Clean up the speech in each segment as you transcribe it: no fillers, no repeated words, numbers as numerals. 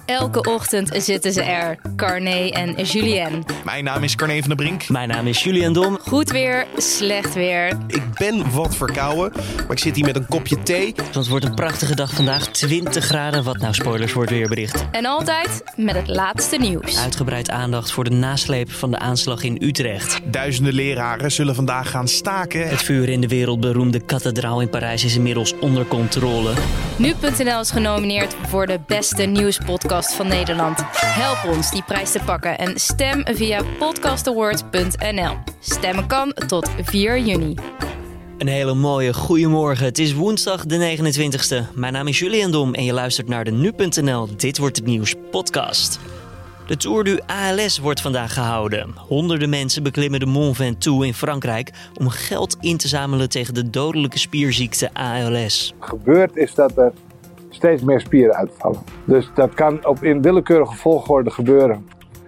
Elke ochtend zitten ze er, Carné en Julien. Mijn naam is Carné van der Brink. Mijn naam is Julien Dom. Goed weer, slecht weer. Ik ben wat verkouden, maar ik zit hier met een kopje thee. Want het wordt een prachtige dag vandaag, 20 graden. Wat nou spoilers voor het weerbericht. En altijd met het laatste nieuws. Uitgebreid aandacht voor de nasleep van de aanslag in Utrecht. Duizenden leraren zullen vandaag gaan staken. Het vuur in de wereldberoemde kathedraal in Parijs is inmiddels onder controle. Nu.nl is genomineerd voor de beste nieuwspodcast van Nederland. Help ons die prijs te pakken en stem via podcastawards.nl. Stemmen kan tot 4 juni. Een hele mooie goeiemorgen. Het is woensdag de 29e. Mijn naam is Julien Dom en je luistert naar de Nu.nl Dit Wordt Het Nieuws podcast. De Tour du ALS wordt vandaag gehouden. Honderden mensen beklimmen de Mont Ventoux in Frankrijk om geld in te zamelen tegen de dodelijke spierziekte ALS. Gebeurd is dat er steeds meer spieren uitvallen. Dus dat kan in willekeurige volgorde gebeuren.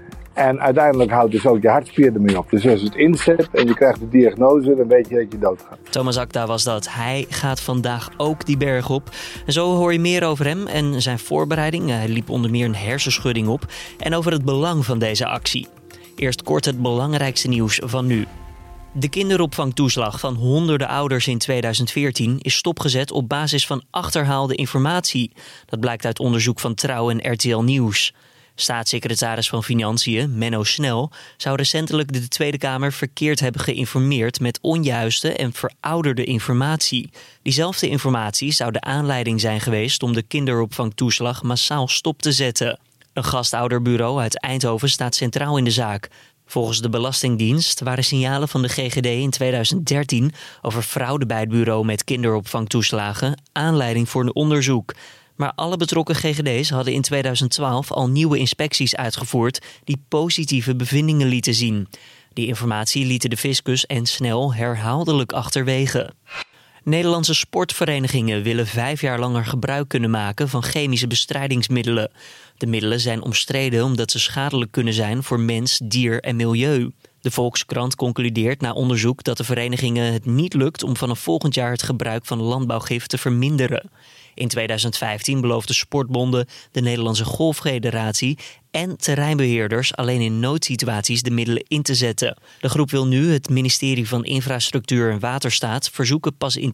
En uiteindelijk houdt dus ook je hartspier ermee op. Dus als het inzet en je krijgt de diagnose, dan weet je dat je doodgaat. Thomas Akta was dat. Hij gaat vandaag ook die berg op. En zo hoor je meer over hem en zijn voorbereiding. Hij liep onder meer een hersenschudding op. En over het belang van deze actie. Eerst kort het belangrijkste nieuws van nu. De kinderopvangtoeslag van honderden ouders in 2014 is stopgezet op basis van achterhaalde informatie. Dat blijkt uit onderzoek van Trouw en RTL Nieuws. Staatssecretaris van Financiën, Menno Snel, zou recentelijk de Tweede Kamer verkeerd hebben geïnformeerd met onjuiste en verouderde informatie. Diezelfde informatie zou de aanleiding zijn geweest om de kinderopvangtoeslag massaal stop te zetten. Een gastouderbureau uit Eindhoven staat centraal in de zaak. Volgens de Belastingdienst waren signalen van de GGD in 2013 over fraude bij het bureau met kinderopvangtoeslagen aanleiding voor een onderzoek. Maar alle betrokken GGD's hadden in 2012 al nieuwe inspecties uitgevoerd die positieve bevindingen lieten zien. Die informatie lieten de fiscus en Snel herhaaldelijk achterwege. Nederlandse sportverenigingen willen 5 jaar langer gebruik kunnen maken van chemische bestrijdingsmiddelen. De middelen zijn omstreden omdat ze schadelijk kunnen zijn voor mens, dier en milieu. De Volkskrant concludeert na onderzoek dat de verenigingen het niet lukt om vanaf volgend jaar het gebruik van landbouwgif te verminderen. In 2015 beloofden sportbonden, de Nederlandse Golffederatie en terreinbeheerders alleen in noodsituaties de middelen in te zetten. De groep wil nu het ministerie van Infrastructuur en Waterstaat verzoeken pas in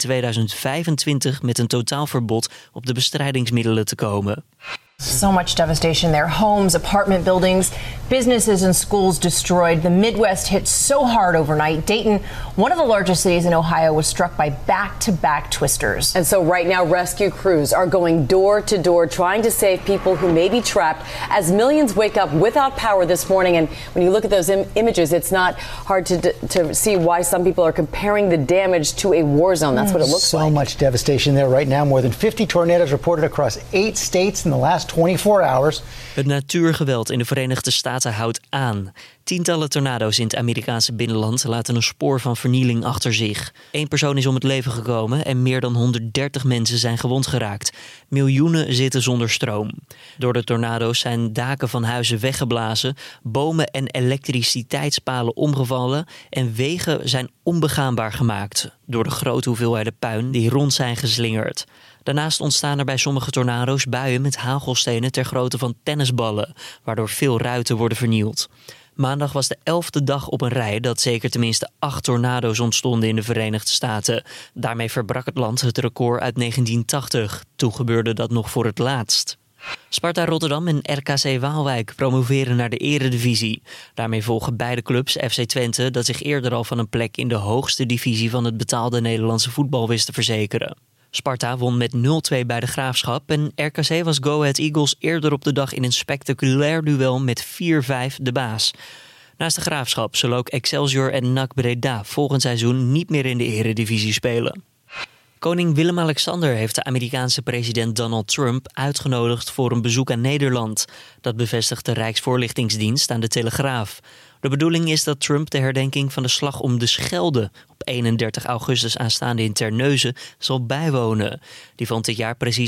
2025 met een totaalverbod op de bestrijdingsmiddelen te komen. So much devastation there. Homes, apartment buildings, businesses and schools destroyed. The Midwest hit so hard overnight. Dayton, one of the largest cities in Ohio, was struck by back-to-back twisters. And so right now, rescue crews are going door to door trying to save people who may be trapped as millions wake up without power this morning. And when you look at those images, it's not hard to see why some people are comparing the damage to a war zone. That's what it looks like. So much devastation there right now. More than 50 tornadoes reported across 8 states in the last 24 hours. Het natuurgeweld in de Verenigde Staten houdt aan. Tientallen tornado's in het Amerikaanse binnenland laten een spoor van vernieling achter zich. 1 persoon is om het leven gekomen en meer dan 130 mensen zijn gewond geraakt. Miljoenen zitten zonder stroom. Door de tornado's zijn daken van huizen weggeblazen, bomen en elektriciteitspalen omgevallen en wegen zijn onbegaanbaar gemaakt door de grote hoeveelheden puin die rond zijn geslingerd. Daarnaast ontstaan er bij sommige tornado's buien met hagelstenen ter grootte van tennisballen, waardoor veel ruiten worden vernield. Maandag was de 11e dag op een rij dat zeker tenminste 8 tornado's ontstonden in de Verenigde Staten. Daarmee verbrak het land het record uit 1980. Toen gebeurde dat nog voor het laatst. Sparta Rotterdam en RKC Waalwijk promoveren naar de eredivisie. Daarmee volgen beide clubs FC Twente, dat zich eerder al van een plek in de hoogste divisie van het betaalde Nederlandse voetbal wist te verzekeren. Sparta won met 0-2 bij de Graafschap en RKC was Go Ahead Eagles eerder op de dag in een spectaculair duel met 4-5 de baas. Naast de Graafschap zullen ook Excelsior en NAC Breda volgend seizoen niet meer in de eredivisie spelen. Koning Willem-Alexander heeft de Amerikaanse president Donald Trump uitgenodigd voor een bezoek aan Nederland. Dat bevestigt de Rijksvoorlichtingsdienst aan de Telegraaf. De bedoeling is dat Trump de herdenking van de slag om de Schelde op 31 augustus aanstaande in Terneuzen zal bijwonen. Die vond dit jaar precies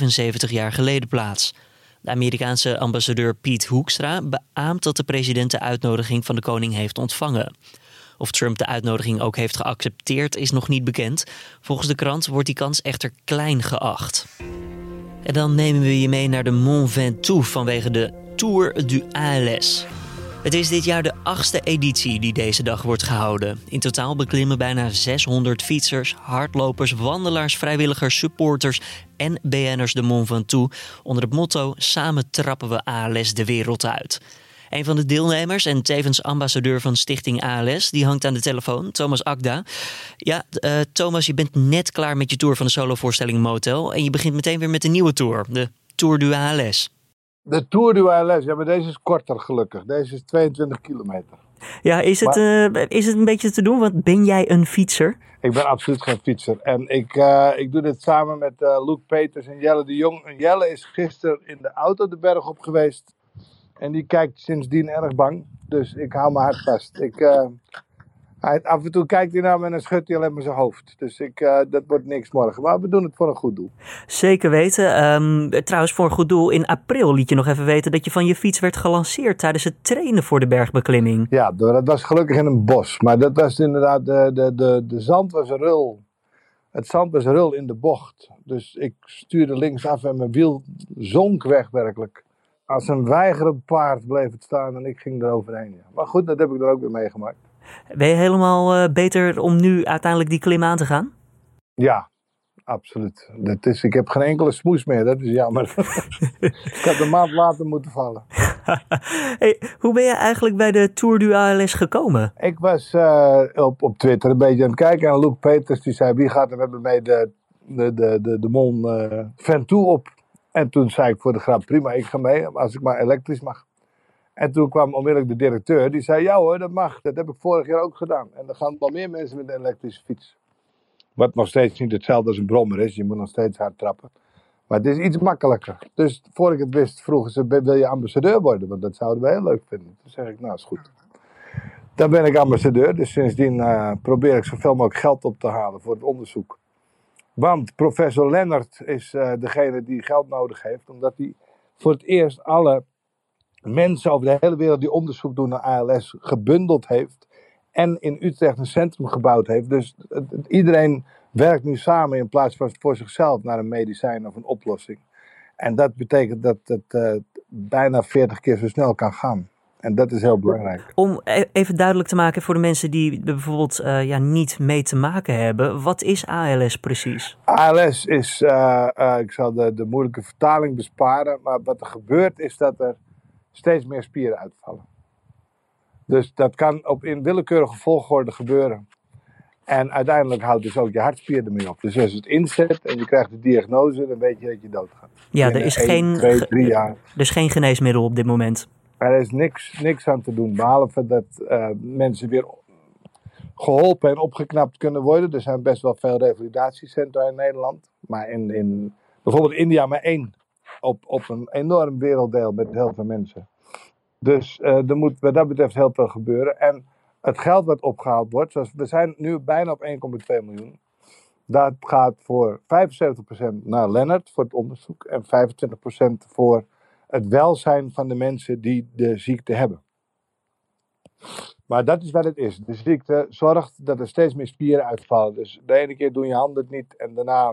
75 jaar geleden plaats. De Amerikaanse ambassadeur Piet Hoekstra beaamt dat de president de uitnodiging van de koning heeft ontvangen. Of Trump de uitnodiging ook heeft geaccepteerd is nog niet bekend. Volgens de krant wordt die kans echter klein geacht. En dan nemen we je mee naar de Mont Ventoux vanwege de Tour du ALS. Het is dit jaar de 8e editie die deze dag wordt gehouden. In totaal beklimmen bijna 600 fietsers, hardlopers, wandelaars, vrijwilligers, supporters en BN'ers de Mont Ventoux onder het motto "Samen trappen we ALS de wereld uit". Een van de deelnemers en tevens ambassadeur van Stichting ALS, die hangt aan de telefoon, Thomas Akda. Ja, Thomas, je bent net klaar met je tour van de solovoorstelling Motel en je begint meteen weer met een nieuwe tour, de Tour du ALS. De Tour du ALS, ja, maar deze is korter gelukkig. Deze is 22 kilometer. Ja, is het een beetje te doen? Want ben jij een fietser? Ik ben absoluut geen fietser. En ik doe dit samen met Luc Peters en Jelle de Jong. En Jelle is gisteren in de auto de berg op geweest. En die kijkt sindsdien erg bang. Dus ik hou mijn hart vast. Af en toe kijkt hij naar me en dan schudt hij alleen maar zijn hoofd. Dus dat wordt niks morgen. Maar we doen het voor een goed doel. Zeker weten. Trouwens, voor een goed doel. In april liet je nog even weten dat je van je fiets werd gelanceerd tijdens het trainen voor de bergbeklimming. Ja, dat was gelukkig in een bos. Maar dat was inderdaad, de zand was rul. Het zand was rul in de bocht. Dus ik stuurde linksaf en mijn wiel zonk weg werkelijk. Als een weigerend paard bleef het staan en ik ging eroverheen. Ja. Maar goed, dat heb ik er ook weer meegemaakt. Ben je helemaal beter om nu uiteindelijk die klim aan te gaan? Ja, absoluut. Ik heb geen enkele smoes meer, dat is jammer. Ik had een maand later moeten vallen. Hey, hoe ben je eigenlijk bij de Tour du ALS gekomen? Ik was op Twitter een beetje aan het kijken en Luc Peters die zei, wie gaat er met me mee de Mont Ventoux op? En toen zei ik voor de grap, prima, ik ga mee, als ik maar elektrisch mag. En toen kwam onmiddellijk de directeur, die zei, ja hoor, dat mag. Dat heb ik vorig jaar ook gedaan. En er gaan wel meer mensen met een elektrische fiets. Wat nog steeds niet hetzelfde als een brommer is. Je moet nog steeds hard trappen. Maar het is iets makkelijker. Dus voor ik het wist, vroegen ze, wil je ambassadeur worden? Want dat zouden we heel leuk vinden. Toen zeg ik, nou is goed. Dan ben ik ambassadeur. Dus sindsdien probeer ik zoveel mogelijk geld op te halen voor het onderzoek. Want professor Lennart is degene die geld nodig heeft. Omdat hij voor het eerst alle mensen over de hele wereld die onderzoek doen naar ALS gebundeld heeft. En in Utrecht een centrum gebouwd heeft. Dus iedereen werkt nu samen in plaats van voor zichzelf naar een medicijn of een oplossing. En dat betekent dat het bijna 40 keer zo snel kan gaan. En dat is heel belangrijk. Om even duidelijk te maken voor de mensen die er bijvoorbeeld niet mee te maken hebben. Wat is ALS precies? ALS is, ik zal de moeilijke vertaling besparen. Maar wat er gebeurt is dat er steeds meer spieren uitvallen. Dus dat kan in willekeurige volgorde gebeuren. En uiteindelijk houdt dus ook je hartspier ermee op. Dus als het inzet en je krijgt de diagnose, dan weet je dat je doodgaat. Ja, er is 2, 3 jaar. Er is geen geneesmiddel op dit moment. Er is niks aan te doen, behalve dat mensen weer geholpen en opgeknapt kunnen worden. Er zijn best wel veel revalidatiecentra in Nederland. Maar in bijvoorbeeld India maar 1 op een enorm werelddeel met heel veel mensen. Dus er moet wat dat betreft heel veel gebeuren. En het geld wat opgehaald wordt, zoals we zijn nu bijna op 1,2 miljoen. Dat gaat voor 75% naar Lennart voor het onderzoek en 25% voor het welzijn van de mensen die de ziekte hebben. Maar dat is wat het is. De ziekte zorgt dat er steeds meer spieren uitvallen. Dus de ene keer doen je handen het niet en daarna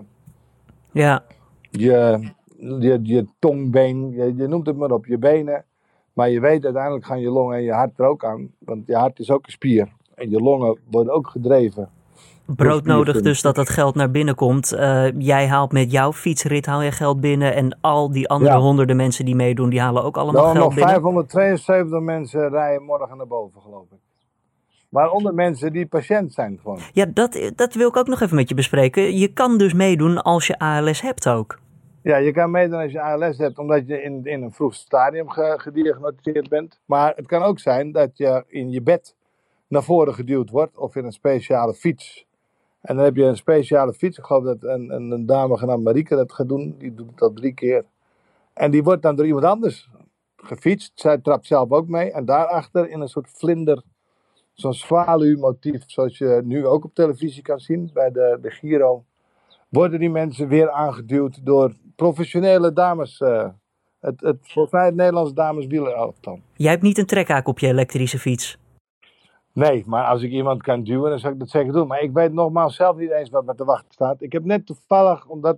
je tongbeen, je noemt het maar op, je benen. Maar je weet uiteindelijk gaan je longen en je hart er ook aan. Want je hart is ook een spier. En je longen worden ook gedreven. Broodnodig dus dat dat geld naar binnen komt. Jij haalt met jouw fietsrit haal je geld binnen. En al die andere honderden mensen die meedoen, die halen ook allemaal geld binnen. Nog 572 mensen rijden morgen naar boven, geloof ik. Waaronder mensen die patiënt zijn gewoon. Ja, dat wil ik ook nog even met je bespreken. Je kan dus meedoen als je ALS hebt ook. Ja, je kan meedoen als je ALS hebt, omdat je in een vroeg stadium gediagnosticeerd bent. Maar het kan ook zijn dat je in je bed naar voren geduwd wordt of in een speciale fiets. En dan heb je een speciale fiets. Ik geloof dat een dame genaamd Marieke dat gaat doen. Die doet het al 3 keer. En die wordt dan door iemand anders gefietst. Zij trapt zelf ook mee. En daarachter in een soort vlinder, zo'n zwaluwmotief, zoals je nu ook op televisie kan zien bij de Giro, worden die mensen weer aangeduwd door professionele dames. Volgens mij het Nederlands dameswielerelftal. Jij hebt niet een trekhaak op je elektrische fiets? Nee, maar als ik iemand kan duwen, dan zou ik dat zeker doen. Maar ik weet nogmaals zelf niet eens wat me te wachten staat. Ik heb net toevallig, omdat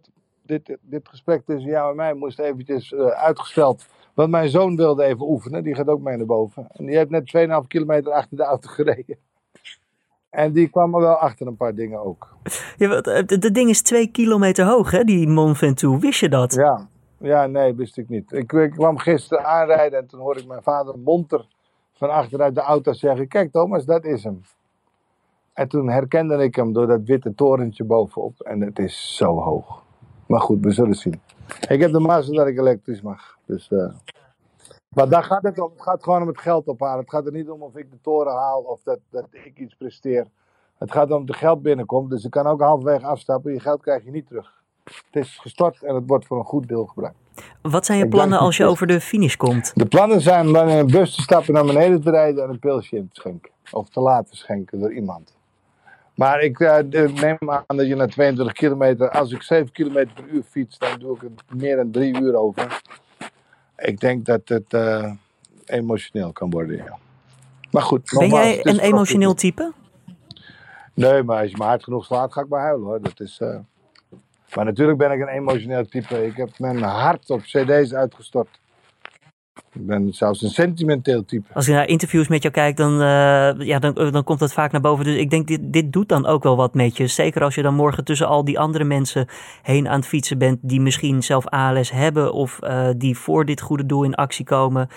dit gesprek tussen jou en mij moest eventjes uitgesteld. Want mijn zoon wilde even oefenen. Die gaat ook mee naar boven. En die heeft net 2,5 kilometer achter de auto gereden. En die kwam er wel achter een paar dingen ook. Ja, dat ding is 2 kilometer hoog, hè, die Mont Ventoux. Wist je dat? Ja, nee, wist ik niet. Ik kwam gisteren aanrijden en toen hoorde ik mijn vader monter van achteruit de auto zeggen: kijk Thomas, dat is hem. En toen herkende ik hem door dat witte torentje bovenop. En het is zo hoog. Maar goed, we zullen zien. Ik heb de mazzel dat ik elektrisch mag. Dus, maar daar gaat het om. Het gaat gewoon om het geld ophalen. Het gaat er niet om of ik de toren haal of dat ik iets presteer. Het gaat om dat er geld binnenkomt. Dus je kan ook halverwege afstappen. Je geld krijg je niet terug. Het is gestort en het wordt voor een goed deel gebruikt. Wat zijn je plannen als je over de finish komt? De plannen zijn om dan in een bus te stappen, naar beneden te rijden en een pilsje in te schenken. Of te laten schenken door iemand. Maar ik neem aan dat je na 22 kilometer, als ik 7 kilometer per uur fiets, dan doe ik er meer dan 3 uur over. Ik denk dat het emotioneel kan worden, ja. Maar goed. Ben jij een emotioneel type? Nee, maar als je me hard genoeg slaat, ga ik maar huilen hoor. Dat is, Maar natuurlijk ben ik een emotioneel type. Ik heb mijn hart op cd's uitgestort. Ik ben zelfs een sentimenteel type. Als je naar interviews met jou kijkt, dan komt dat vaak naar boven. Dus ik denk, dit doet dan ook wel wat met je. Zeker als je dan morgen tussen al die andere mensen heen aan het fietsen bent, die misschien zelf ALS hebben of die voor dit goede doel in actie komen.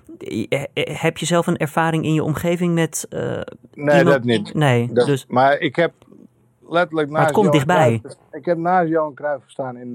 Heb je zelf een ervaring in je omgeving met nee, iemand? Dat niet. Nee, dus... Maar ik heb letterlijk naast het komt dichtbij. Ik heb naast Johan Cruijff gestaan in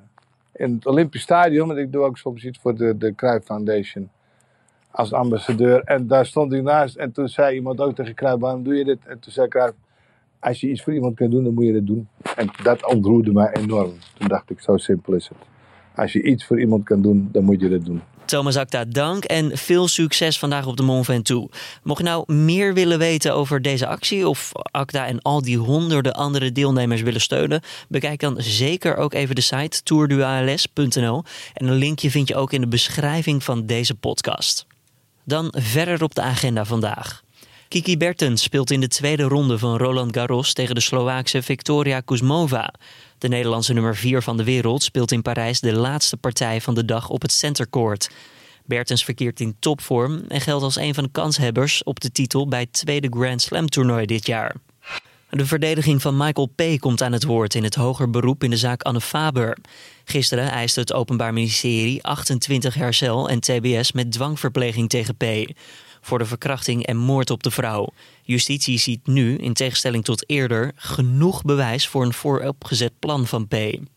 het Olympisch Stadion. Want ik doe ook soms iets voor de Cruijff Foundation. Als ambassadeur. En daar stond ik naast. En toen zei iemand ook tegen Cruijff: waarom doe je dit? En toen zei Cruijff: als je iets voor iemand kan doen, dan moet je dat doen. En dat ontroerde mij enorm. Toen dacht ik, zo simpel is het. Als je iets voor iemand kan doen, dan moet je dat doen. Thomas Acta, dank en veel succes vandaag op de Mont Ventoux. Mocht je nou meer willen weten over deze actie of Acta en al die honderden andere deelnemers willen steunen, bekijk dan zeker ook even de site tourduals.nl en een linkje vind je ook in de beschrijving van deze podcast. Dan verder op de agenda vandaag. Kiki Bertens speelt in de tweede ronde van Roland Garros tegen de Slovaakse Victoria Kuzmova. De Nederlandse nummer 4 van de wereld speelt in Parijs de laatste partij van de dag op het centercourt. Bertens verkeert in topvorm en geldt als een van de kanshebbers op de titel bij het tweede Grand Slam toernooi dit jaar. De verdediging van Michael P. komt aan het woord in het hoger beroep in de zaak Anne Faber. Gisteren eiste het Openbaar Ministerie 28 jaar cel en tbs met dwangverpleging tegen P. Voor de verkrachting en moord op de vrouw. Justitie ziet nu, in tegenstelling tot eerder, genoeg bewijs voor een vooropgezet plan van P.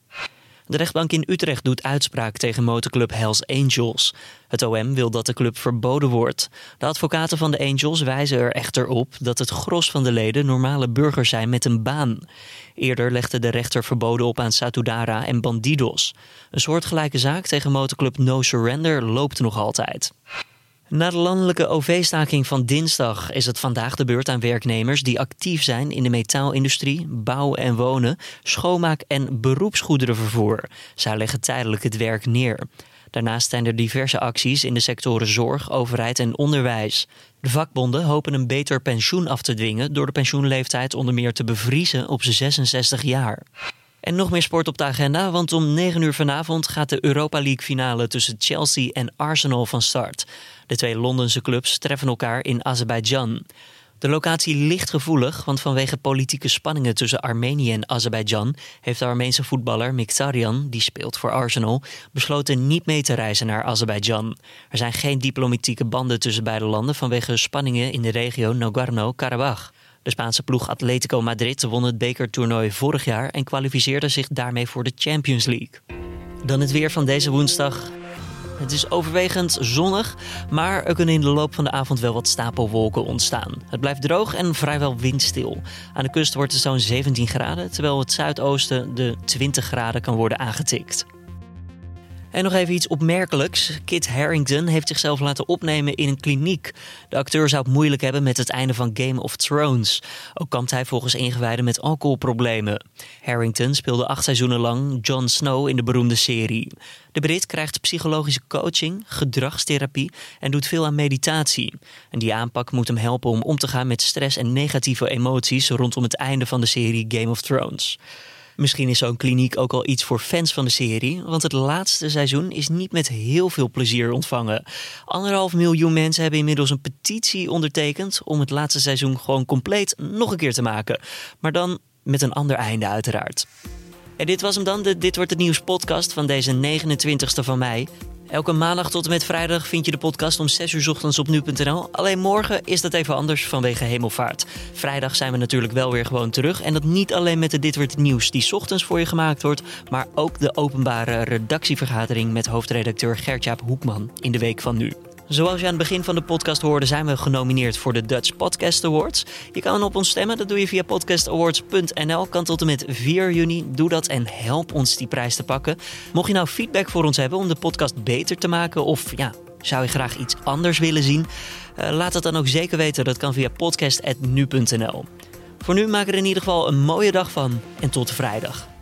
De rechtbank in Utrecht doet uitspraak tegen motorclub Hells Angels. Het OM wil dat de club verboden wordt. De advocaten van de Angels wijzen er echter op dat het gros van de leden normale burgers zijn met een baan. Eerder legde de rechter verboden op aan Satudara en Bandidos. Een soortgelijke zaak tegen motorclub No Surrender loopt nog altijd. Na de landelijke OV-staking van dinsdag is het vandaag de beurt aan werknemers die actief zijn in de metaalindustrie, bouw en wonen, schoonmaak en beroepsgoederenvervoer. Zij leggen tijdelijk het werk neer. Daarnaast zijn er diverse acties in de sectoren zorg, overheid en onderwijs. De vakbonden hopen een beter pensioen af te dwingen door de pensioenleeftijd onder meer te bevriezen op 66 jaar. En nog meer sport op de agenda, want om 9 uur vanavond gaat de Europa League finale tussen Chelsea en Arsenal van start. De twee Londense clubs treffen elkaar in Azerbeidzjan. De locatie ligt gevoelig, want vanwege politieke spanningen tussen Armenië en Azerbeidzjan heeft de Armeense voetballer Mkhitaryan, die speelt voor Arsenal, besloten niet mee te reizen naar Azerbeidzjan. Er zijn geen diplomatieke banden tussen beide landen vanwege spanningen in de regio Nagorno-Karabakh. De Spaanse ploeg Atletico Madrid won het bekertoernooi vorig jaar en kwalificeerde zich daarmee voor de Champions League. Dan het weer van deze woensdag. Het is overwegend zonnig, maar er kunnen in de loop van de avond wel wat stapelwolken ontstaan. Het blijft droog en vrijwel windstil. Aan de kust wordt het zo'n 17 graden, terwijl het zuidoosten de 20 graden kan worden aangetikt. En nog even iets opmerkelijks. Kit Harington heeft zichzelf laten opnemen in een kliniek. De acteur zou het moeilijk hebben met het einde van Game of Thrones. Ook kampt hij volgens ingewijden met alcoholproblemen. Harington speelde 8 seizoenen lang Jon Snow in de beroemde serie. De Brit krijgt psychologische coaching, gedragstherapie en doet veel aan meditatie. En die aanpak moet hem helpen om te gaan met stress en negatieve emoties rondom het einde van de serie Game of Thrones. Misschien is zo'n kliniek ook al iets voor fans van de serie, want het laatste seizoen is niet met heel veel plezier ontvangen. 1,5 miljoen mensen hebben inmiddels een petitie ondertekend om het laatste seizoen gewoon compleet nog een keer te maken. Maar dan met een ander einde uiteraard. En dit was hem dan, de Dit Wordt Het Nieuws podcast van deze 29e van mei. Elke maandag tot en met vrijdag vind je de podcast om 6 uur 's ochtends op nu.nl. Alleen morgen is dat even anders vanwege Hemelvaart. Vrijdag zijn we natuurlijk wel weer gewoon terug. En dat niet alleen met de Dit Wordt Het Nieuws die 's ochtends voor je gemaakt wordt, maar ook de openbare redactievergadering met hoofdredacteur Gert-Jaap Hoekman in de week van nu. Zoals je aan het begin van de podcast hoorde, zijn we genomineerd voor de Dutch Podcast Awards. Je kan op ons stemmen, dat doe je via podcastawards.nl. Kan tot en met 4 juni. Doe dat en help ons die prijs te pakken. Mocht je nou feedback voor ons hebben om de podcast beter te maken, of zou je graag iets anders willen zien? Laat het dan ook zeker weten. Dat kan via podcast@nu.nl. Voor nu maak er in ieder geval een mooie dag van en tot vrijdag.